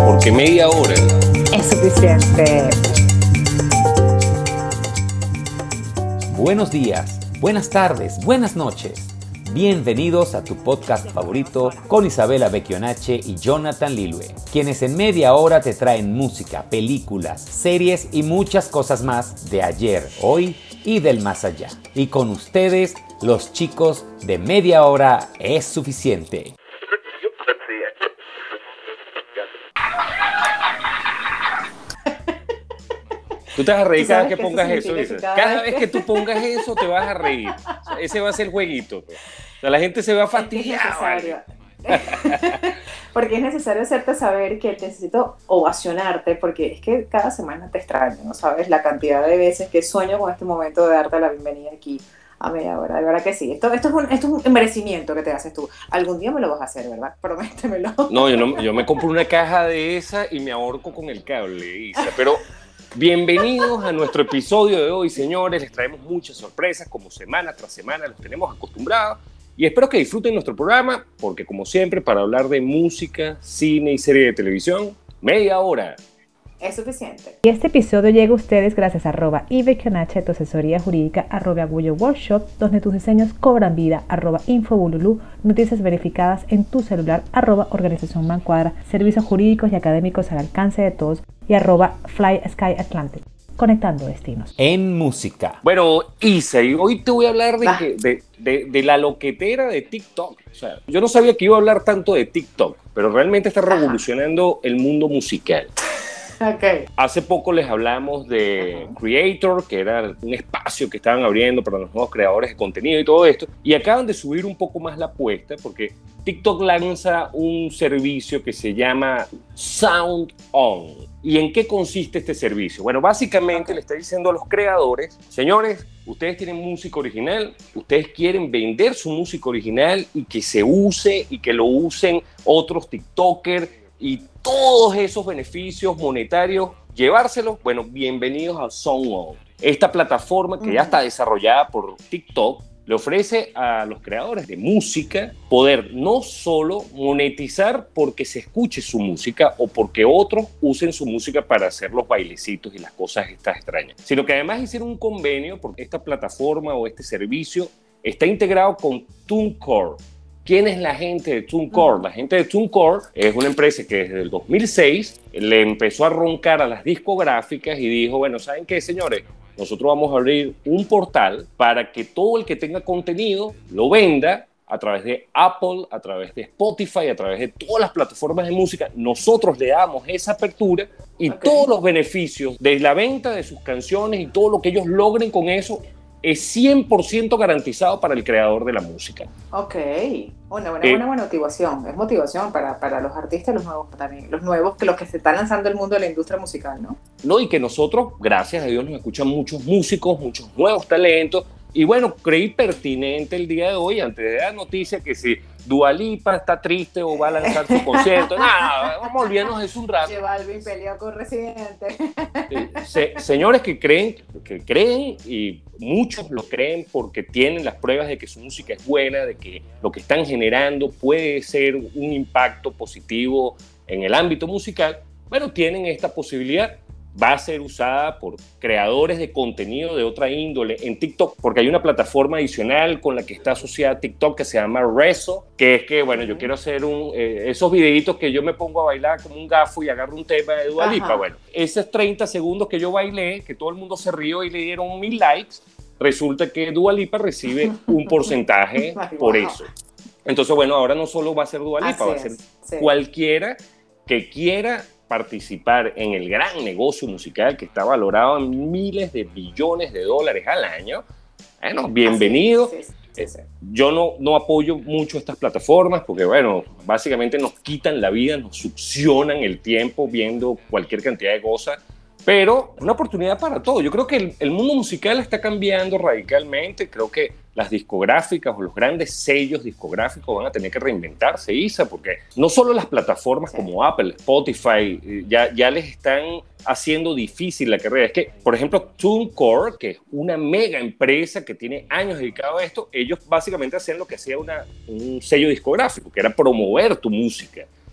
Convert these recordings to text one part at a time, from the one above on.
porque media hora es suficiente. Buenos días, buenas tardes, buenas noches. Bienvenidos a tu podcast favorito con Isabela Becchionache y Jonathan Lilue, quienes en media hora te traen música, películas, series y muchas cosas más de ayer, hoy y del más allá. Y con ustedes, los chicos de Media Hora es Suficiente. Tú te vas a reír cada vez que pongas eso, dices. Cada vez que tú pongas eso, te vas a reír. O sea, ese va a ser el jueguito. O sea, la gente se va a fastidiar. ¿Vale? Porque es necesario hacerte saber que necesito ovacionarte, porque es que cada semana te extraño, ¿no sabes? La cantidad de veces que sueño con este momento de darte la bienvenida aquí a Media Hora. De verdad que sí. Esto es un merecimiento que te haces tú. Algún día me lo vas a hacer, ¿verdad? Prométemelo. No, yo me compro una caja de esa y me ahorco con el cable, Isa. Pero bienvenidos a nuestro episodio de hoy, señores. Les traemos muchas sorpresas, como semana tras semana los tenemos acostumbrados. Y espero que disfruten nuestro programa, porque como siempre, para hablar de música, cine y serie de televisión, Media Hora es suficiente. Y este episodio llega a ustedes gracias a @ibecchionache, tu asesoría jurídica, @agullo workshop, donde tus diseños cobran vida, @infobululú, noticias verificadas en tu celular, @organización Mancuadra, servicios jurídicos y académicos al alcance de todos, y @Fly Sky Atlantic, conectando destinos. En música. Bueno, Isa, y hoy te voy a hablar de la loquetera de TikTok. O sea, yo no sabía que iba a hablar tanto de TikTok, pero realmente está revolucionando el mundo musical. Okay. Hace poco les hablamos de Creator, que era un espacio que estaban abriendo para los nuevos creadores de contenido y todo esto, y acaban de subir un poco más la apuesta porque TikTok lanza un servicio que se llama Sound On. ¿Y en qué consiste este servicio? Bueno, básicamente le está diciendo a los creadores, señores, ustedes tienen música original, ustedes quieren vender su música original y que se use y que lo usen otros TikTokers y todos esos beneficios monetarios, llevárselos, bueno, bienvenidos a Sound On. Esta plataforma que ya está desarrollada por TikTok le ofrece a los creadores de música poder no solo monetizar porque se escuche su música o porque otros usen su música para hacer los bailecitos y las cosas estas extrañas, sino que además hicieron un convenio porque esta plataforma o este servicio está integrado con TuneCore. ¿Quién es la gente de TuneCore? La gente de TuneCore es una empresa que desde el 2006 le empezó a roncar a las discográficas y dijo, bueno, ¿saben qué, señores? Nosotros vamos a abrir un portal para que todo el que tenga contenido lo venda a través de Apple, a través de Spotify, a través de todas las plataformas de música. Nosotros le damos esa apertura y todos los beneficios de la venta de sus canciones y todo lo que ellos logren con eso es 100% garantizado para el creador de la música. Ok, una buena motivación. Es motivación para los artistas, los nuevos también, los nuevos, que los que se están lanzando al mundo de la industria musical, ¿no? No, y que nosotros, gracias a Dios, nos escuchan muchos músicos, muchos nuevos talentos. Y bueno, creí pertinente el día de hoy, antes de dar noticia que si Dua Lipa está triste o va a lanzar su concierto, nada, vamos a olvidarnos de eso un rato. Que Balvin peleó con Residente. Señores que creen y muchos lo creen porque tienen las pruebas de que su música es buena, de que lo que están generando puede ser un impacto positivo en el ámbito musical, bueno, tienen esta posibilidad. Va a ser usada por creadores de contenido de otra índole en TikTok, porque hay una plataforma adicional con la que está asociada TikTok que se llama Rezo, que es que, bueno, yo quiero hacer esos videitos que yo me pongo a bailar como un gafo y agarro un tema de Dua Lipa. Bueno, esos 30 segundos que yo bailé, que todo el mundo se rió y le dieron 1000 likes, resulta que Dua Lipa recibe un porcentaje por eso. Entonces, bueno, ahora no solo va a ser Dua Lipa, va a ser cualquiera que quiera participar en el gran negocio musical que está valorado en miles de billones de dólares al año. Bueno, bienvenido. Sí. Yo no apoyo mucho estas plataformas porque, bueno, básicamente nos quitan la vida, nos succionan el tiempo viendo cualquier cantidad de cosas, pero una oportunidad para todo. Yo creo que el mundo musical está cambiando radicalmente. Creo que las discográficas o los grandes sellos discográficos van a tener que reinventarse, Isa, porque no solo las plataformas como Apple, Spotify, ya les están haciendo difícil la carrera. Es que, por ejemplo, TuneCore, que es una mega empresa que tiene años dedicado a esto, ellos básicamente hacían lo que hacía un sello discográfico, que era promover tu música.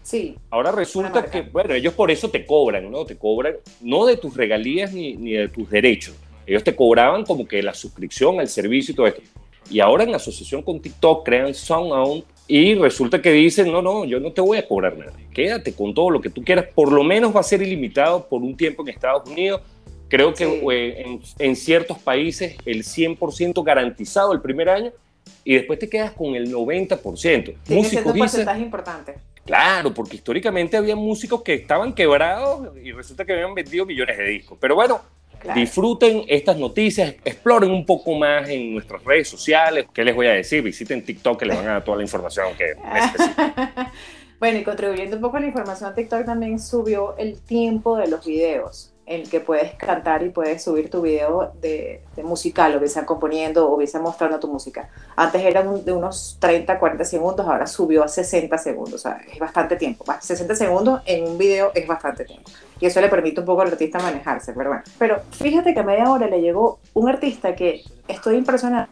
Sí. Ahora resulta que, bueno, ellos por eso te cobran, ¿no? Te cobran no de tus regalías ni de tus derechos. Ellos te cobraban como que la suscripción al servicio y todo esto. Y ahora en asociación con TikTok crean SoundOn y resulta que dicen, no, yo no te voy a cobrar nada. Quédate con todo lo que tú quieras. Por lo menos va a ser ilimitado por un tiempo en Estados Unidos. Creo que sí. En ciertos países el 100% garantizado el primer año y después te quedas con el 90%. Tiene cierto porcentaje importante. Claro, porque históricamente había músicos que estaban quebrados y resulta que habían vendido millones de discos. Pero bueno, claro. Disfruten estas noticias, exploren un poco más en nuestras redes sociales. ¿Qué les voy a decir? Visiten TikTok que les van a dar toda la información que necesitan. Bueno, y contribuyendo un poco a la información, TikTok también subió el tiempo de los videos en el que puedes cantar y puedes subir tu video de musical, o bien sea componiendo o bien sea mostrando tu música. Antes eran de unos 30, 40 segundos, ahora subió a 60 segundos, o sea, es bastante tiempo. 60 segundos en un video es bastante tiempo. Y eso le permite un poco al artista manejarse, pero bueno. Pero fíjate que a media hora le llegó un artista que estoy impresionada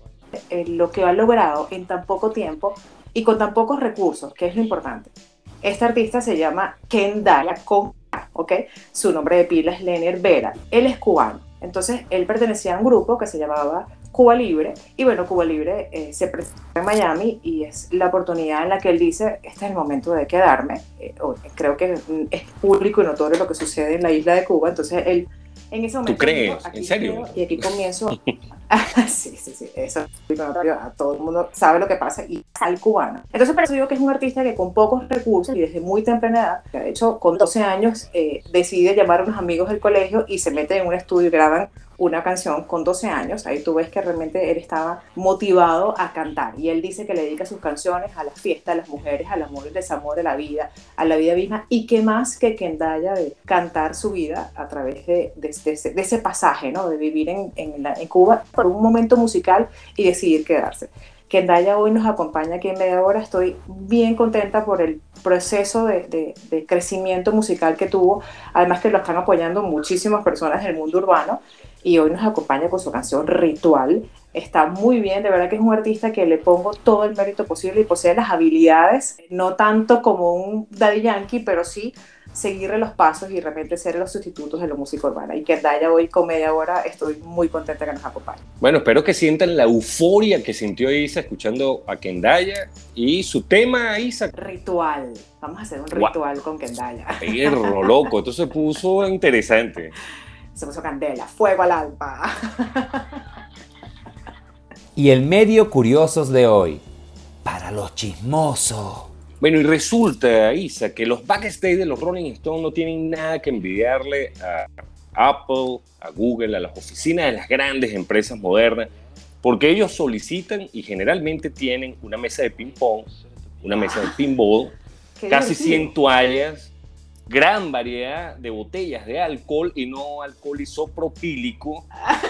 en lo que ha logrado en tan poco tiempo y con tan pocos recursos, que es lo importante. Este artista se llama Kendaya con ¿ok? Su nombre de pila es Lenier Vera. Él es cubano. Entonces, él pertenecía a un grupo que se llamaba Cuba Libre. Y bueno, Cuba Libre se presenta en Miami y es la oportunidad en la que él dice, este es el momento de quedarme. Creo que es público y notorio lo que sucede en la isla de Cuba. Entonces, él en ese momento... ¿Tú crees? ¿En serio? Y aquí comienzo... sí, eso es notorio. A todo el mundo sabe lo que pasa y al cubano. Entonces, por eso digo que es un artista que con pocos recursos y desde muy temprana edad, de hecho, con 12 años, decide llamar a unos amigos del colegio y se mete en un estudio y graban una canción con 12 años. Ahí tú ves que realmente él estaba motivado a cantar y él dice que le dedica sus canciones a las fiestas, a las mujeres, al amor, el desamor, a la vida misma, y qué más que Kendaya de cantar su vida a través de ese pasaje, ¿no? De vivir en Cuba por un momento musical y decidir quedarse. Kendaya hoy nos acompaña aquí en Media Hora. Estoy bien contenta por el proceso de crecimiento musical que tuvo, además que lo están apoyando muchísimas personas del mundo urbano, y hoy nos acompaña con su canción Ritual. Está muy bien, de verdad que es un artista que le pongo todo el mérito posible y posee las habilidades, no tanto como un Daddy Yankee, pero sí seguirle los pasos y realmente ser los sustitutos de la música urbana. Y Kendaya hoy con Media Hora, estoy muy contenta que nos acompañe. Bueno, espero que sientan la euforia que sintió Isa escuchando a Kendaya y su tema, Isa. Ritual. Vamos a hacer un ritual con Kendaya. Perro, loco, esto se puso interesante. Se puso candela, fuego al alma. Y el medio curiosos de hoy, para los chismosos. Bueno, y resulta, Isa, que los backstage de los Rolling Stones no tienen nada que envidiarle a Apple, a Google, a las oficinas de las grandes empresas modernas, porque ellos solicitan y generalmente tienen una mesa de ping-pong, una mesa de pinball, casi 100 toallas, gran variedad de botellas de alcohol y no alcohol isopropílico.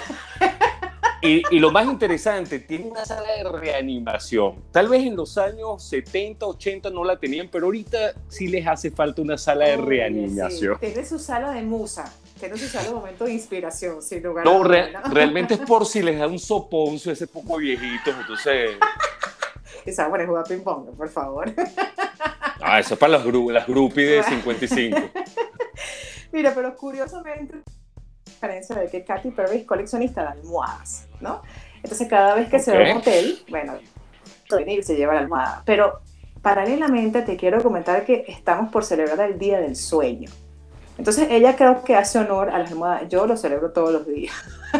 Y lo más interesante, tiene una sala de reanimación. Tal vez en los años 70, 80 no la tenían, pero ahorita sí les hace falta una sala de reanimación. Sí. Tiene su sala de musa, tiene su sala de momento de inspiración, sin lugar a dudas. Realmente es por si les da un soponcio ese poco viejitos, entonces... Esa buena jugar ping-pong, por favor. Eso es para las groupies de 55. Mira, pero curiosamente... diferencia de que Katy Perry es coleccionista de almohadas, ¿no? Entonces cada vez que se va a un hotel, bueno, se lleva la almohada. Pero paralelamente te quiero comentar que estamos por celebrar el Día del Sueño. Entonces ella creo que hace honor a las almohadas. Yo lo celebro todos los días.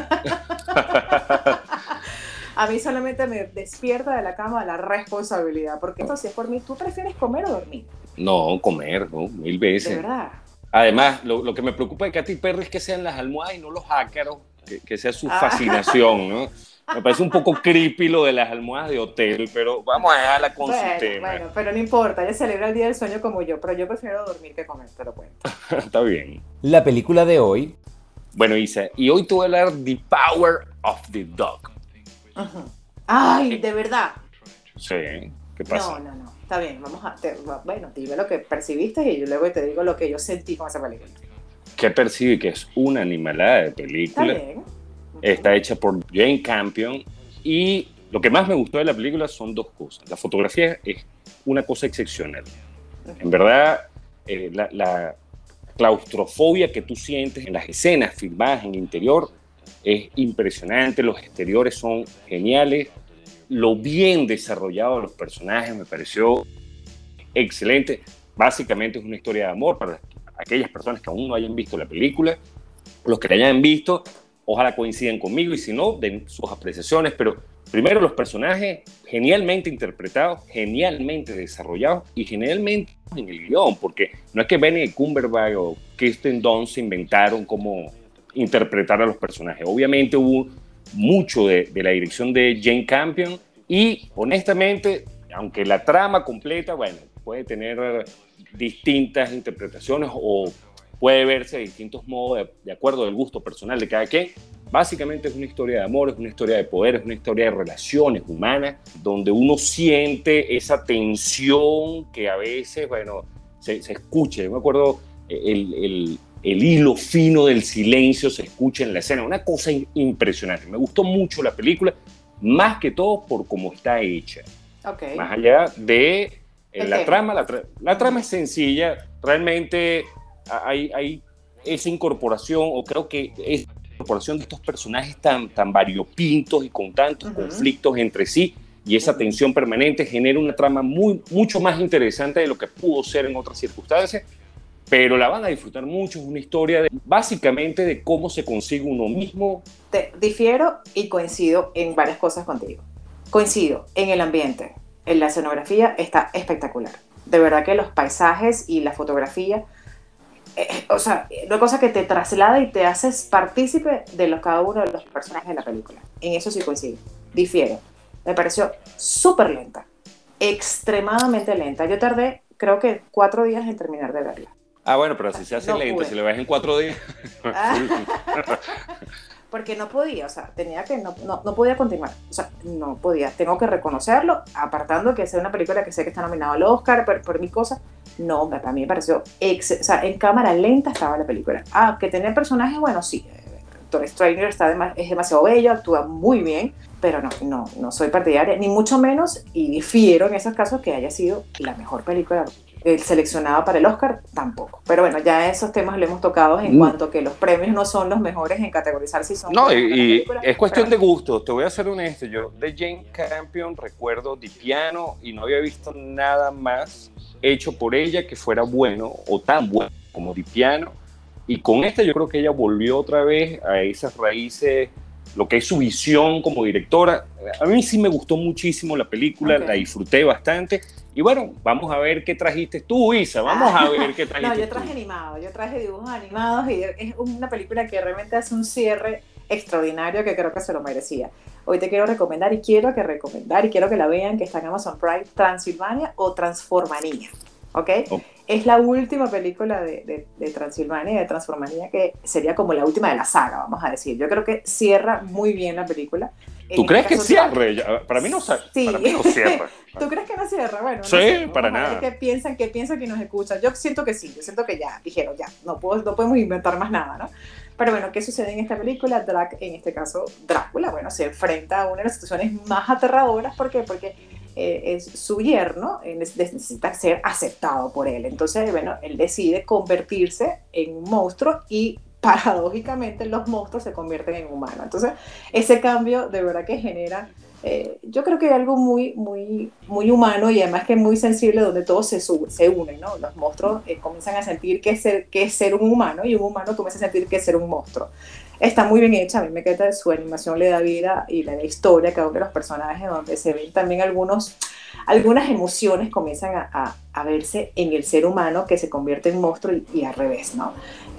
A mí solamente me despierta de la cama la responsabilidad, porque esto si es por mí, ¿tú prefieres comer o dormir? No, comer, ¿no? 1000 veces. De verdad. Además, lo que me preocupa de Katy Perry es que sean las almohadas y no los ácaros, que sea su fascinación, ¿no? Me parece un poco creepy lo de las almohadas de hotel, pero vamos a dejarla con su tema. Bueno, pero no importa, ella celebra el Día del Sueño como yo, pero yo prefiero dormir que comer, te lo cuento. Está bien. La película de hoy. Bueno, Isa, y hoy te voy a hablar de Power of the Dog. Uh-huh. Ay, ¿de verdad? Sí, ¿qué pasa? No. Está bien, bueno, dime lo que percibiste y yo luego te digo lo que yo sentí con esa película. ¿Qué percibe? Que es una animalada de película. Está bien. Está hecha por Jane Campion y lo que más me gustó de la película son dos cosas. La fotografía es una cosa excepcional. En verdad, la claustrofobia que tú sientes en las escenas filmadas en el interior es impresionante, los exteriores son geniales, lo bien desarrollado de los personajes me pareció excelente. Básicamente es una historia de amor para aquellas personas que aún no hayan visto la película. Los que la hayan visto, ojalá coincidan conmigo y si no, den sus apreciaciones, pero primero los personajes genialmente interpretados, genialmente desarrollados y genialmente en el guión, porque no es que Benedict Cumberbatch o Kirsten Dunst se inventaron cómo interpretar a los personajes. Obviamente hubo mucho de la dirección de Jane Campion y honestamente, aunque la trama completa, bueno, puede tener distintas interpretaciones o puede verse de distintos modos de acuerdo al gusto personal de cada quien. Básicamente es una historia de amor, es una historia de poder, es una historia de relaciones humanas, donde uno siente esa tensión que a veces, bueno, se escucha. Yo me acuerdo el hilo fino del silencio se escucha en la escena, una cosa impresionante. Me gustó mucho la película, más que todo por cómo está hecha. Okay. Más allá de la trama, la trama es sencilla, realmente hay esa incorporación, o creo que es incorporación de estos personajes tan variopintos y con tantos conflictos entre sí, y esa tensión permanente genera una trama mucho más interesante de lo que pudo ser en otras circunstancias, pero la van a disfrutar mucho. Es una historia básicamente de cómo se consigue uno mismo. Te difiero y coincido en varias cosas contigo. Coincido en el ambiente, en la escenografía está espectacular. De verdad que los paisajes y la fotografía, o sea, una cosa que te traslada y te haces partícipe de cada uno de los personajes de la película. En eso sí coincido. Difiero. Me pareció súper lenta, extremadamente lenta. Yo tardé, creo que 4 días en terminar de verla. Ah, bueno, pero si se hace lento, pude. Si lo ves en 4 días. Porque no podía, o sea, no podía continuar, o sea, no podía, tengo que reconocerlo, apartando que sea una película que sé que está nominada al Oscar por mi cosa, no, a mí me pareció, o sea, en cámara lenta estaba la película. Que tenía personajes, bueno, sí, Doctor Stranger es demasiado bello, actúa muy bien, pero no soy partidaria, ni mucho menos, y difiero en esos casos que haya sido la mejor película seleccionada para el Oscar, tampoco. Pero bueno, ya esos temas lo hemos tocado en cuanto a que los premios no son los mejores en categorizar si son... No, y es cuestión de gustos. Te voy a ser honesto, yo de Jane Campion recuerdo Di Piano y no había visto nada más hecho por ella que fuera bueno o tan bueno como Di Piano, y con esta yo creo que ella volvió otra vez a esas raíces, lo que es su visión como directora. A mí sí me gustó muchísimo la película, la disfruté bastante. Y bueno, vamos a ver qué trajiste tú, Isa. Vamos a ver qué trajiste tú. No, yo traje animado, yo traje dibujos animados y es una película que realmente hace un cierre extraordinario que creo que se lo merecía. Hoy te quiero recomendar y quiero que la vean, que está en Amazon Prime, Transilvania o Transformanía. ¿Ok? Es la última película de Transilvania, de Transformanía, que sería como la última de la saga, vamos a decir. Yo creo que cierra muy bien la película. ¿Tú crees que cierre? Para mí no cierra. ¿Tú crees que no cierra? Bueno, sí, no sé, para nada. ¿Qué piensan que nos escuchan? Yo siento que sí, yo siento que ya dijeron, ya, no podemos inventar más nada, ¿no? Pero bueno, ¿qué sucede en esta película? En este caso, Drácula, bueno, se enfrenta a una de las situaciones más aterradoras. ¿Por qué? Porque es su yerno, necesita ser aceptado por él. Entonces, bueno, él decide convertirse en un monstruo y paradójicamente los monstruos se convierten en humanos. Entonces, ese cambio de verdad que genera, yo creo que es algo muy, muy, muy humano y además que es muy sensible, donde todos se unen, ¿no? Los monstruos comienzan a sentir que es ser un humano y un humano comienza a sentir que es ser un monstruo. Está muy bien hecha, a mí me encanta, su animación le da vida y le da historia a cada uno de los personajes, donde se ven también algunas emociones comienzan a verse en el ser humano que se convierte en monstruo y al revés, ¿no?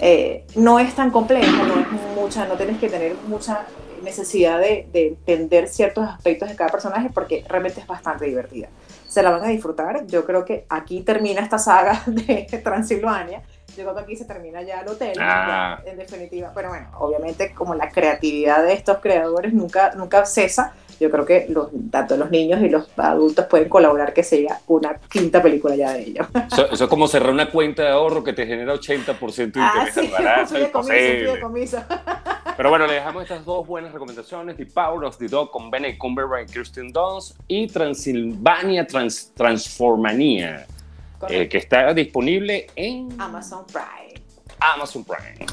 No es tan compleja, no tienes que tener mucha necesidad de entender ciertos aspectos de cada personaje, porque realmente es bastante divertida. Se la van a disfrutar. Yo creo que aquí termina esta saga de Transilvania. Yo creo que aquí se termina ya el hotel, ya, en definitiva. Pero bueno, obviamente como la creatividad de estos creadores nunca cesa, yo creo que tanto los niños y los adultos pueden colaborar que sea una quinta película ya de ellos. Eso es como cerrar una cuenta de ahorro que te genera 80% de interés al barato. Fideicomiso. Pero bueno, le dejamos estas dos buenas recomendaciones: The Power of the Dog con Benedict Cumberbatch y Kirsten Dunst, y Transilvania Transformanía. que está disponible en Amazon Prime. Amazon Prime.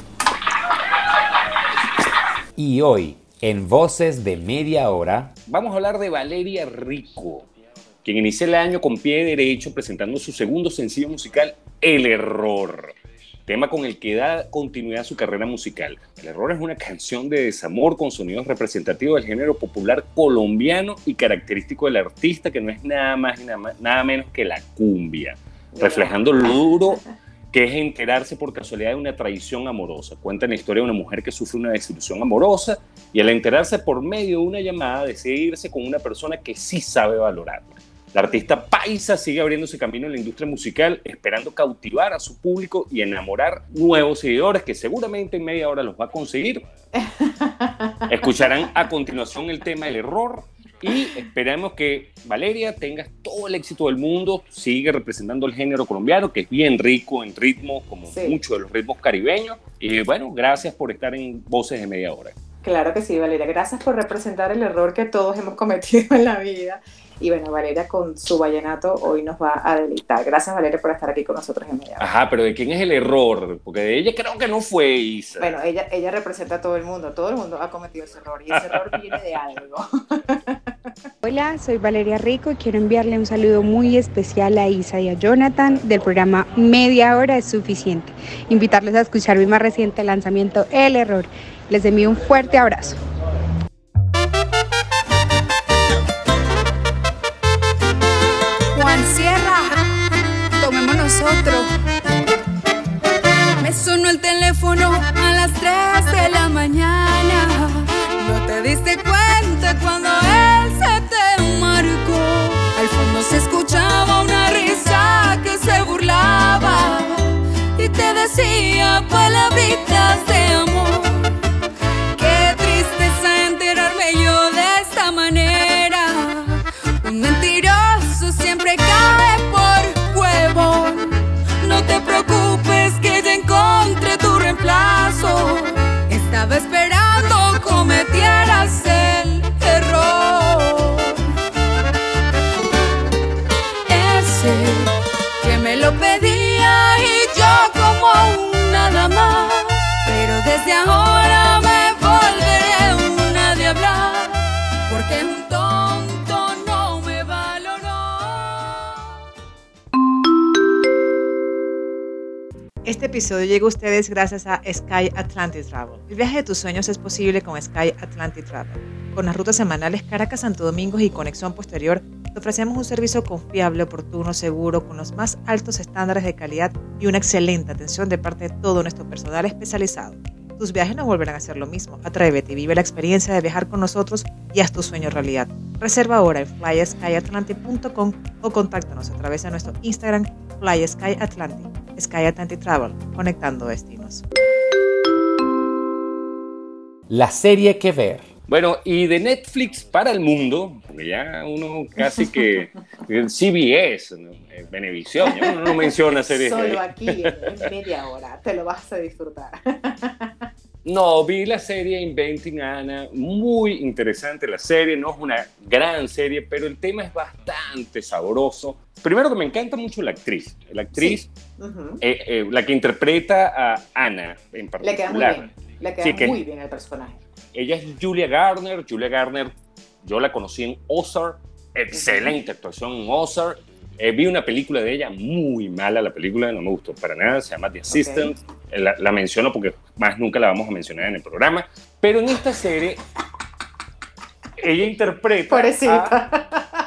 Y hoy, en Voces de Media Hora, vamos a hablar de Valeria Rico, quien inicia el año con pie derecho presentando su segundo sencillo musical, El Error, tema con el que da continuidad a su carrera musical. El Error es una canción de desamor con sonidos representativos del género popular colombiano y característico del artista, que no es nada más y nada menos que la cumbia, reflejando lo duro que es enterarse por casualidad de una traición amorosa. Cuenta la historia de una mujer que sufre una desilusión amorosa y al enterarse por medio de una llamada decide irse con una persona que sí sabe valorarla. La artista paisa sigue abriéndose camino en la industria musical, esperando cautivar a su público y enamorar nuevos seguidores, que seguramente en media hora los va a conseguir. Escucharán a continuación el tema El Error y esperamos que Valeria tenga todo el éxito del mundo, sigue representando el género colombiano, que es bien rico en ritmos, como muchos de los ritmos caribeños. Y bueno, gracias por estar en Voces de Media Hora. Claro que sí, Valeria. Gracias por representar el error que todos hemos cometido en la vida. Y bueno, Valeria con su vallenato hoy nos va a deleitar. Gracias, Valeria, por estar aquí con nosotros en Media Hora. Ajá, pero ¿de quién es el error? Porque de ella creo que no fue Isa. Bueno, ella representa a todo el mundo ha cometido ese error y ese error viene de algo. Hola, soy Valeria Rico y quiero enviarle un saludo muy especial a Isa y a Jonathan del programa Media Hora es Suficiente. Invitarles a escuchar mi más reciente lanzamiento, El Error. Les envío un fuerte abrazo. Juan Sierra, tomémonos otro. Me sonó el teléfono a las 3 de la mañana. No te diste cuenta cuando él se te marcó. Al fondo se escuchaba una risa que se burlaba y te decía palabritas de amor. Qué tristeza enterarme yo de esta manera. Un mentiroso siempre cae por huevón. No te preocupes que ya encontré tu reemplazo. Estaba esperando cometieras el error. Ese que me lo pedía y yo como un nada más. Pero desde ahora me volveré una de hablar, porque un tonto no me valoró. Este episodio llega a ustedes gracias a Sky Atlantic Travel. El viaje de tus sueños es posible con Sky Atlantic Travel. Con las rutas semanales Caracas-Santo Domingo y conexión posterior, te ofrecemos un servicio confiable, oportuno, seguro, con los más altos estándares de calidad y una excelente atención de parte de todo nuestro personal especializado. Tus viajes no volverán a ser lo mismo. Atrévete y vive la experiencia de viajar con nosotros y haz tu sueño realidad. Reserva ahora en flyskyatlantic.com o contáctanos a través de nuestro Instagram FlySkyAtlantic. Sky Atlantic Travel, conectando destinos. la serie que ver. Bueno, y de Netflix para el mundo, porque ya uno casi que CBS, ¿no? Venevisión, ya uno no menciona series. Solo aquí en media hora, te lo vas a disfrutar. No, vi la serie Inventing Anna, muy interesante la serie, no es una gran serie, pero el tema es bastante sabroso. Primero que me encanta mucho la actriz, sí. La que interpreta a Anna en particular. Le queda muy bien el personaje. Ella es Julia Garner. Julia Garner, yo la conocí en Ozark, excelente actuación en Ozark. Vi una película de ella muy mala, la película no me gustó para nada, se llama The Assistant. La menciono porque más nunca la vamos a mencionar en el programa. Pero en esta serie, ella interpreta... Pobrecita.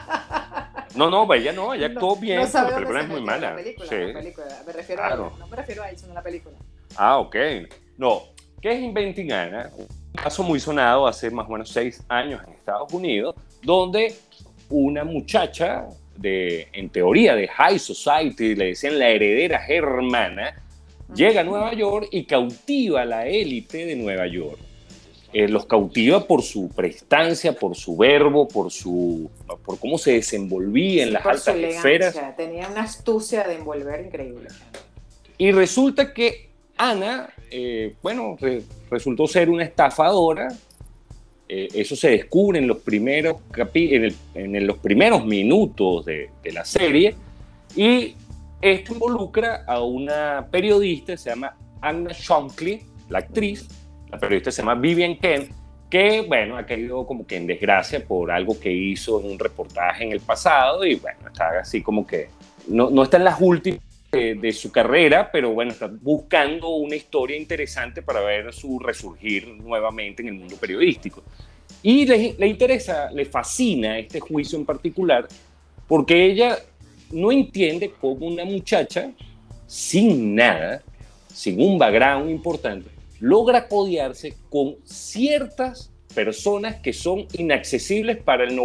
Ella actuó bien, no la película es muy mala. La película. Me refiero claro. no me refiero a eso, sino a la película. Ah, ok. No, ¿qué es Inventing Anna? Un caso muy sonado hace más o menos 6 años en Estados Unidos, donde una muchacha en teoría de High Society, le decían la heredera germana, llega a Nueva York y cautiva a la élite de Nueva York. Los cautiva por su prestancia, por su verbo, por cómo se desenvolvía en las altas esferas. Tenía una astucia de envolver increíble. Y resulta que Ana, resultó ser una estafadora. Eso se descubre en los primeros los primeros minutos de la serie, y esto involucra a una periodista, se llama Anna Shockley, la actriz. La periodista se llama Vivian Kent, que, bueno, ha caído como que en desgracia por algo que hizo en un reportaje en el pasado y, bueno, está así como que no está en las últimas de su carrera, pero, bueno, está buscando una historia interesante para ver su resurgir nuevamente en el mundo periodístico. Y le interesa, le fascina este juicio en particular, porque ella no entiende cómo una muchacha sin nada, sin un background importante, logra codearse con ciertas personas que son inaccesibles para el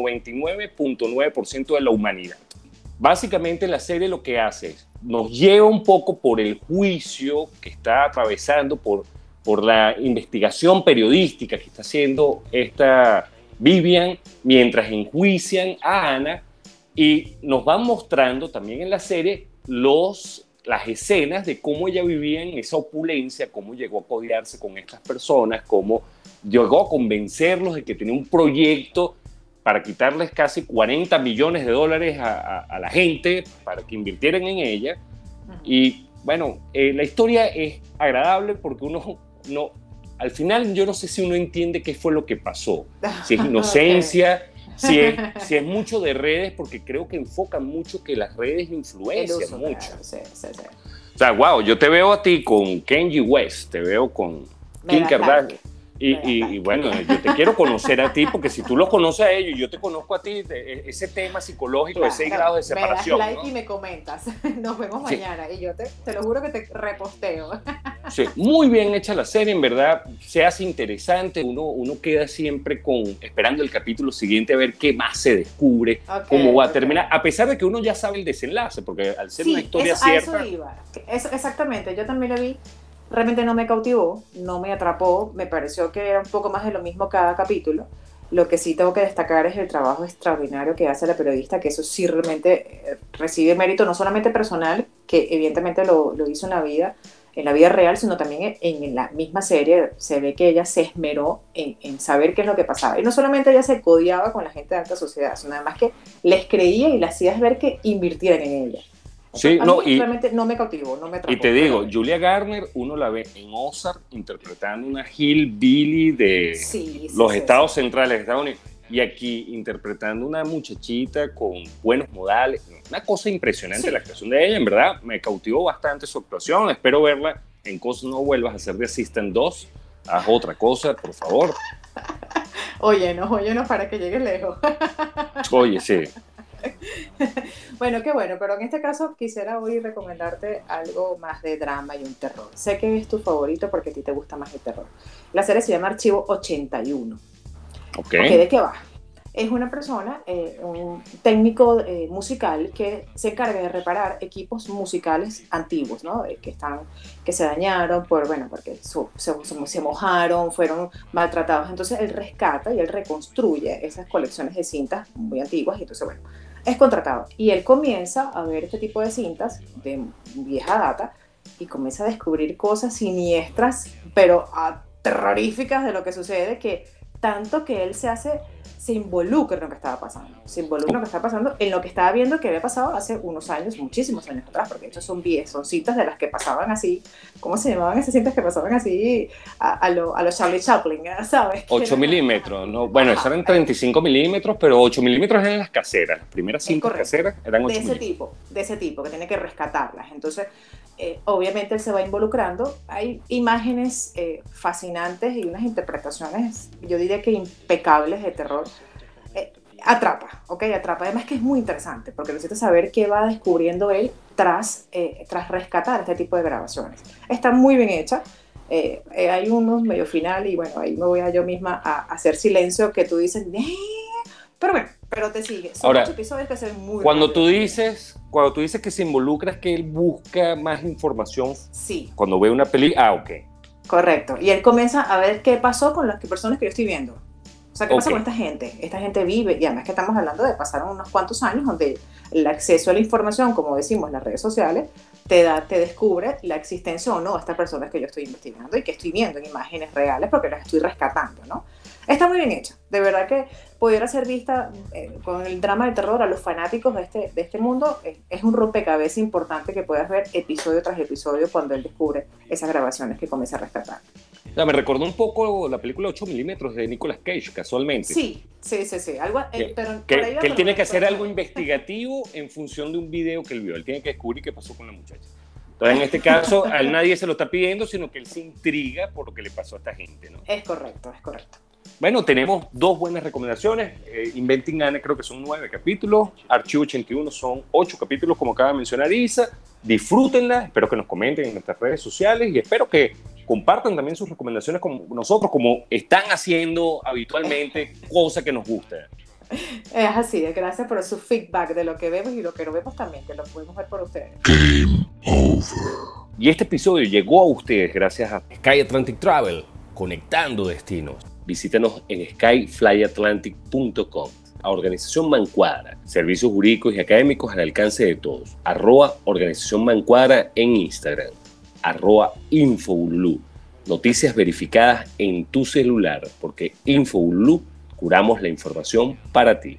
99.9% de la humanidad. Básicamente la serie lo que hace es, nos lleva un poco por el juicio que está atravesando, por la investigación periodística que está haciendo esta Vivian, mientras enjuician a Ana, y nos van mostrando también en la serie las escenas de cómo ella vivía en esa opulencia, cómo llegó a codearse con estas personas, cómo llegó a convencerlos de que tenía un proyecto para quitarles casi $40 millones a la gente para que invirtieran en ella. Y bueno, la historia es agradable porque al final yo no sé si uno entiende qué fue lo que pasó, si es inocencia, okay. si es mucho de redes, porque creo que enfocan mucho que las redes influencian mucho. Claro, sí. O sea, wow, yo te veo a ti con Kanye West, te veo con Kim Kardashian. Y bueno, yo te quiero conocer a ti, porque si tú los conoces a ellos y yo te conozco a ti, ese tema psicológico de 6 grados de separación. Me das like, ¿no? Y me comentas. Nos vemos mañana. Y yo te lo juro que te reposteo. Sí, muy bien hecha la serie, en verdad. Se hace interesante. Uno queda siempre esperando el capítulo siguiente a ver qué más se descubre, cómo va a terminar. A pesar de que uno ya sabe el desenlace, porque al ser una historia cierta. A eso iba. Exactamente. Yo también lo vi. Realmente no me cautivó, no me atrapó, me pareció que era un poco más de lo mismo cada capítulo. Lo que sí tengo que destacar es el trabajo extraordinario que hace la periodista, que eso sí realmente recibe mérito, no solamente personal, que evidentemente lo hizo en la vida real, sino también en la misma serie. Se ve que ella se esmeró en saber qué es lo que pasaba. Y no solamente ella se codeaba con la gente de alta sociedad, sino además que les creía y les hacía ver que invirtieran en ella. Sí, realmente no me cautivó, no me atrapó. Y te digo, Julia Garner, uno la ve en Ozark interpretando una hillbilly de los estados centrales de Estados Unidos, y aquí interpretando una muchachita con buenos modales. Una cosa impresionante la actuación de ella, en verdad, me cautivó bastante su actuación. Espero verla en cosas. No vuelvas a hacer de Assistant 2, haz otra cosa, por favor. Óyenos para que llegue lejos. Oye, sí. Bueno, qué bueno, pero en este caso quisiera hoy recomendarte algo más de drama y un terror. Sé que es tu favorito porque a ti te gusta más el terror. La serie se llama Archivo 81. Okay, ¿de qué va? Es una persona, un técnico musical que se encarga de reparar equipos musicales antiguos, ¿no? Que se dañaron porque se mojaron, fueron maltratados. Entonces él rescata y él reconstruye esas colecciones de cintas muy antiguas, y entonces, bueno, es contratado. Y él comienza a ver este tipo de cintas de vieja data y comienza a descubrir cosas siniestras, pero terroríficas de lo que sucede, que tanto que él se involucra en lo que estaba pasando. Se involucra en lo que estaba pasando, en lo que estaba viendo que había pasado hace unos años, muchísimos años atrás, porque de hecho son cintas de las que pasaban así. ¿Cómo se llamaban esas cintas que pasaban así a los Charlie Chaplin, ¿sabes? 8 milímetros, ¿no? Bueno, esas eran 35 milímetros, pero 8 milímetros eran las caseras. Las primeras cintas caseras eran 8 milímetros. De ese tipo, que tiene que rescatarlas. Entonces, obviamente él se va involucrando. Hay imágenes fascinantes y unas interpretaciones, yo diría que impecables, de terror. Atrapa. Además que es muy interesante, porque necesita saber qué va descubriendo él tras rescatar este tipo de grabaciones. Está muy bien hecha. Hay unos medio final, y bueno, ahí me voy a yo misma a hacer silencio, que tú dices, pero bueno, pero te sigue. Son 8 episodios que se ven muy cuando tú dices que se involucra, es que él busca más información. Sí. Cuando ve una película, ok. Correcto. Y él comienza a ver qué pasó con las personas que yo estoy viendo. O sea, ¿qué pasa con esta gente? Esta gente vive, y además que estamos hablando de pasar unos cuantos años donde el acceso a la información, como decimos, las redes sociales, te descubre la existencia o no de estas personas que yo estoy investigando y que estoy viendo en imágenes reales, porque las estoy rescatando, ¿no? Está muy bien hecha, de verdad que pudiera ser vista con el drama del terror a los fanáticos de este mundo. Es un rompecabezas importante que puedas ver episodio tras episodio cuando él descubre esas grabaciones que comienza a rescatar. O sea, me recordó un poco la película 8 milímetros de Nicolas Cage, casualmente. Sí. Algo, pero que él tiene que hacer algo investigativo en función de un video que él vio. Él tiene que descubrir qué pasó con la muchacha. Entonces, en este caso, a él nadie se lo está pidiendo, sino que él se intriga por lo que le pasó a esta gente, ¿no? Es correcto. Bueno, tenemos 2 buenas recomendaciones. Inventing Anna creo que son 9 capítulos. Archivo 81 son 8 capítulos, como acaba de mencionar Isa. Disfrútenla, espero que nos comenten en nuestras redes sociales y espero que compartan también sus recomendaciones con nosotros, como están haciendo habitualmente, cosa que nos gusta. Es así, gracias por su feedback de lo que vemos y lo que no vemos también, que lo podemos ver por ustedes. Game over. Y este episodio llegó a ustedes gracias a Sky Atlantic Travel, conectando destinos. Visítanos en skyflyatlantic.com. A Organización Mancuadra, servicios jurídicos y académicos al alcance de todos. @Organización Mancuadra en Instagram. @Infobululú. Noticias verificadas en tu celular, porque Infobululú curamos la información para ti.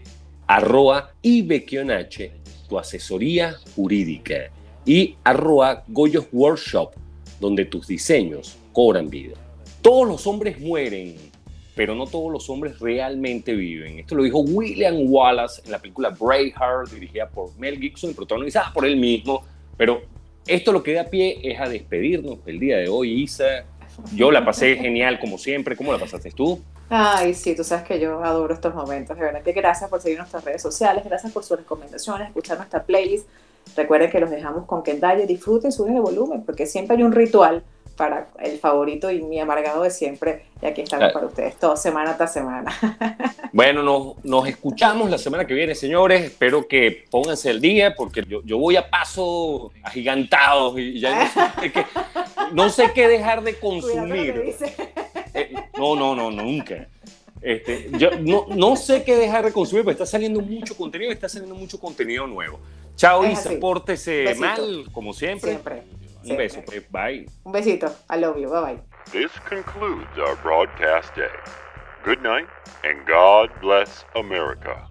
@IBKH, tu asesoría jurídica. Y @Goyos Workshop, donde tus diseños cobran vida. Todos los hombres mueren, pero no todos los hombres realmente viven. Esto lo dijo William Wallace en la película Braveheart, dirigida por Mel Gibson y protagonizada por él mismo. Pero esto lo que da pie es a despedirnos del día de hoy, Isa. Yo la pasé genial como siempre. ¿Cómo la pasaste tú? Ay, sí, tú sabes que yo adoro estos momentos. De verdad que gracias por seguir nuestras redes sociales, gracias por sus recomendaciones, escuchar nuestra playlist. Recuerden que los dejamos con Kendall. Disfruten, suben el volumen, porque siempre hay un ritual para el favorito y mi amargado de siempre, y aquí estamos para ustedes, toda semana tras semana. Bueno, nos escuchamos la semana que viene, señores. Espero que pónganse al día, porque yo voy a paso agigantados y ya no sé qué dejar de consumir. No, nunca. Yo no sé qué dejar de consumir, porque está saliendo mucho contenido nuevo. Chao, Isa, pórtese mal, como siempre. Un beso, bye. Un besito, I love you, bye bye. This concludes our broadcast day. Good night, and God bless America.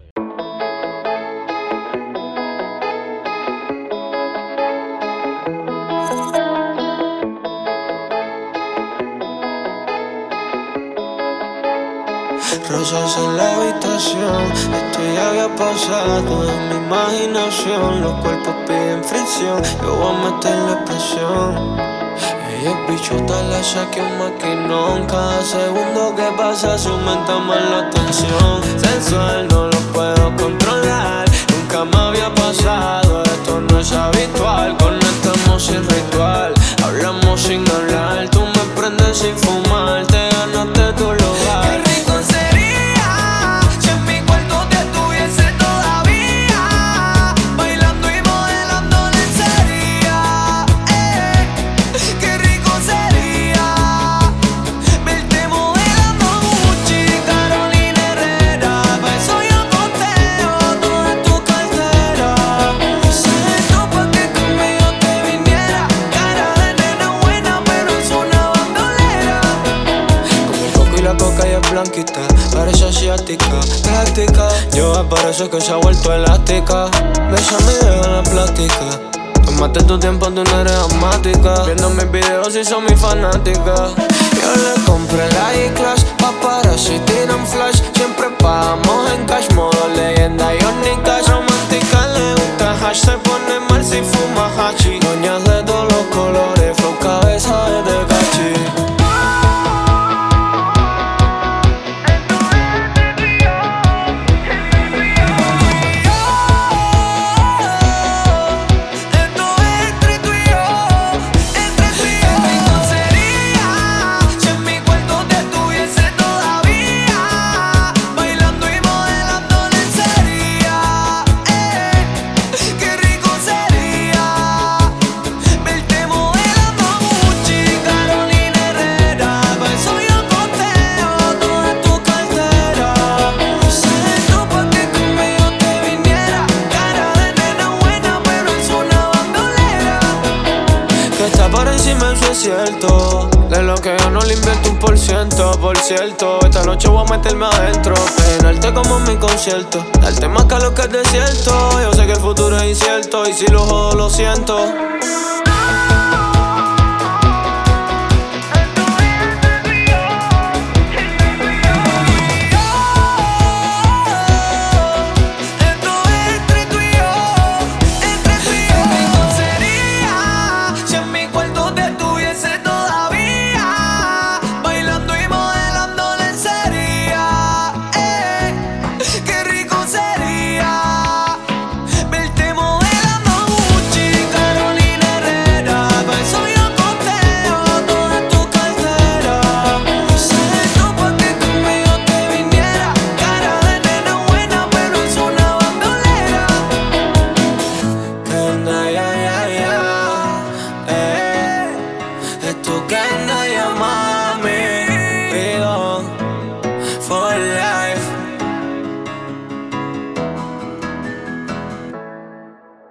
Rosas en la habitación, esto ya había pasado en mi imaginación. Los cuerpos piden fricción, yo voy a meterle presión. Ella es bichota, la saqué un maquinón. Cada segundo que pasa se aumenta más la tensión. Sensual, no lo puedo controlar. Nunca me había pasado, esto no es habitual. Conectamos sin ritual, hablamos sin hablar. Tú me prendes sin fumar, te ganaste tu lugar. Parece asiática, práctica. Yo parece que se ha vuelto elástica. Bésame y deja la plástica. Tómate tu tiempo, tú no eres amática. Viendo mis videos y son mis fanáticas. Yo le compré la E-Class, paparazzi tiran flash. Siempre pagamos en cash, modo leyenda, Johnny Cash. Romántica, le gusta hash, se pone mal si fuma hachi. Doñas de todos los colores, flow cabeza de Tecachi. dime si es cierto. De lo que yo no le invierto 1%. Por cierto, esta noche voy a meterme adentro. Llenarte como en mi concierto. Darte más calor que el desierto. Yo sé que el futuro es incierto y si lo jodo lo siento.